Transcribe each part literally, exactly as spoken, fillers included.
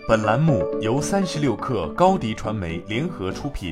本栏目由三十六氪高低传媒联合出品。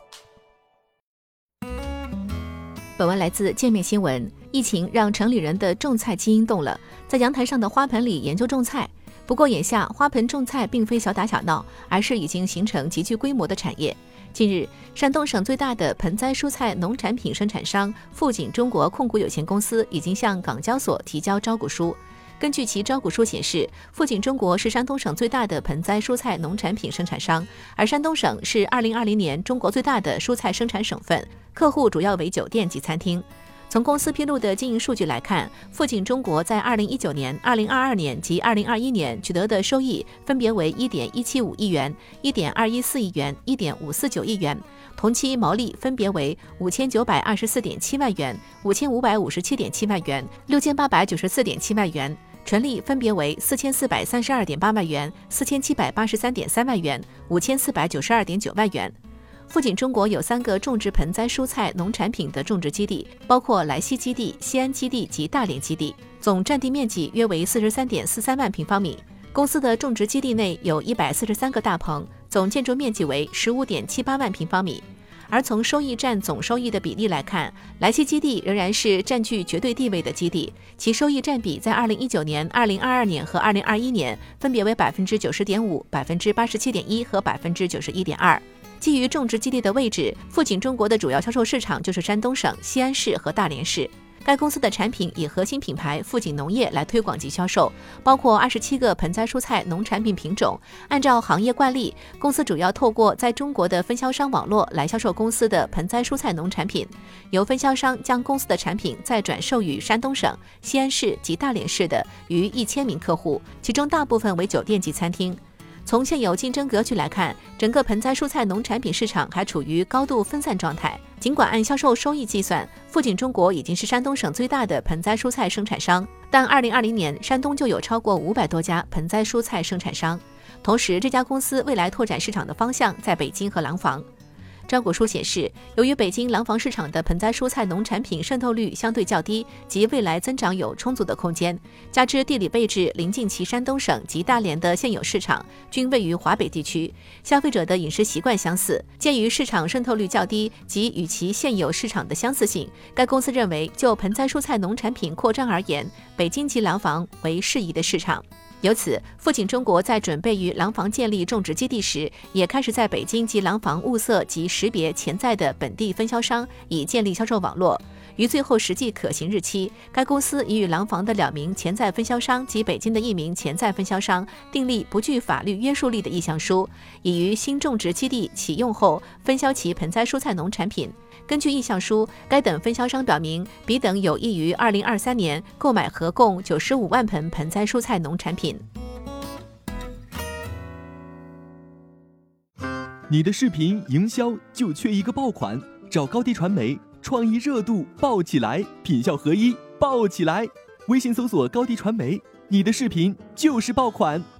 本文来自界面新闻。疫情让城里人的种菜基因动了，在阳台上的花盆里研究种菜。不过眼下花盆种菜并非小打小闹，而是已经形成极具规模的产业。近日，山东省最大的盆栽蔬菜农产品生产商富锦中国控股有限公司已经向港交所提交招股书。根据其招股书显示，富锦中国是山东省最大的盆栽蔬菜农产品生产商，而山东省是二零二零年中国最大的蔬菜生产省份，客户主要为酒店及餐厅。从公司披露的经营数据来看，富锦中国在二零一九年、二零二二年及二零二一年取得的收益分别为 一点一七五亿元、一点二一四亿元、一点五四九亿元，同期毛利分别为五千九百二十四点七万元、五千五百五十七点七万元、六千八百九十四点七万元，纯利分别为四千四百三十二点八万元、四千七百八十三点三万元、五千四百九十二点九万元。富锦中国有三个种植盆栽蔬菜农产品的种植基地，包括莱西基地、西安基地及大连基地，总占地面积约为 四十三点四三万平方米。公司的种植基地内有一百四十三个大棚，总建筑面积为 十五点七八万平方米。而从收益占总收益的比例来看，莱西基地仍然是占据绝对地位的基地，其收益占比在二零一九年、二零二二年和二零二一年分别为 百分之九十点五、百分之八十七点一 和 百分之九十一点二。基于种植基地的位置，富锦中国的主要销售市场就是山东省西安市和大连市。该公司的产品以核心品牌富锦农业来推广及销售，包括二十七个盆栽蔬菜农产品品种。按照行业惯例，公司主要透过在中国的分销商网络来销售公司的盆栽蔬菜农产品，由分销商将公司的产品再转售予山东省、西安市及大连市的逾一千名客户，其中大部分为酒店及餐厅。从现有竞争格局来看，整个盆栽蔬菜农产品市场还处于高度分散状态。尽管按销售收益计算，富锦中国已经是山东省最大的盆栽蔬菜生产商，但二零二零年山东就有超过五百多家盆栽蔬菜生产商。同时，这家公司未来拓展市场的方向在北京和廊坊。招股书显示，由于北京廊坊市场的盆栽蔬菜农产品渗透率相对较低，及未来增长有充足的空间，加之地理位置临近其山东省及大连的现有市场均位于华北地区，消费者的饮食习惯相似，鉴于市场渗透率较低及与其现有市场的相似性，该公司认为就盆栽蔬菜农产品扩张而言，北京及廊坊为适宜的市场。由此，富锦中国在准备于廊坊建立种植基地时，也开始在北京及廊坊物色及识别潜在的本地分销商，以建立销售网络。于最后实际可行日期，该公司已与廊坊的两名潜在分销商及北京的一名潜在分销商订立不具法律约束力的意向书，已于新种植基地启用后分销其盆栽蔬菜农产品。根据意向书，该等分销商表明，彼等有意于二零二三年购买合共九十五万盆盆栽蔬菜农产品。 你的视频营销就缺一个爆款，找高低传媒，创意热度爆起来，品效合一爆起来。微信搜索高低传媒，你的视频就是爆款。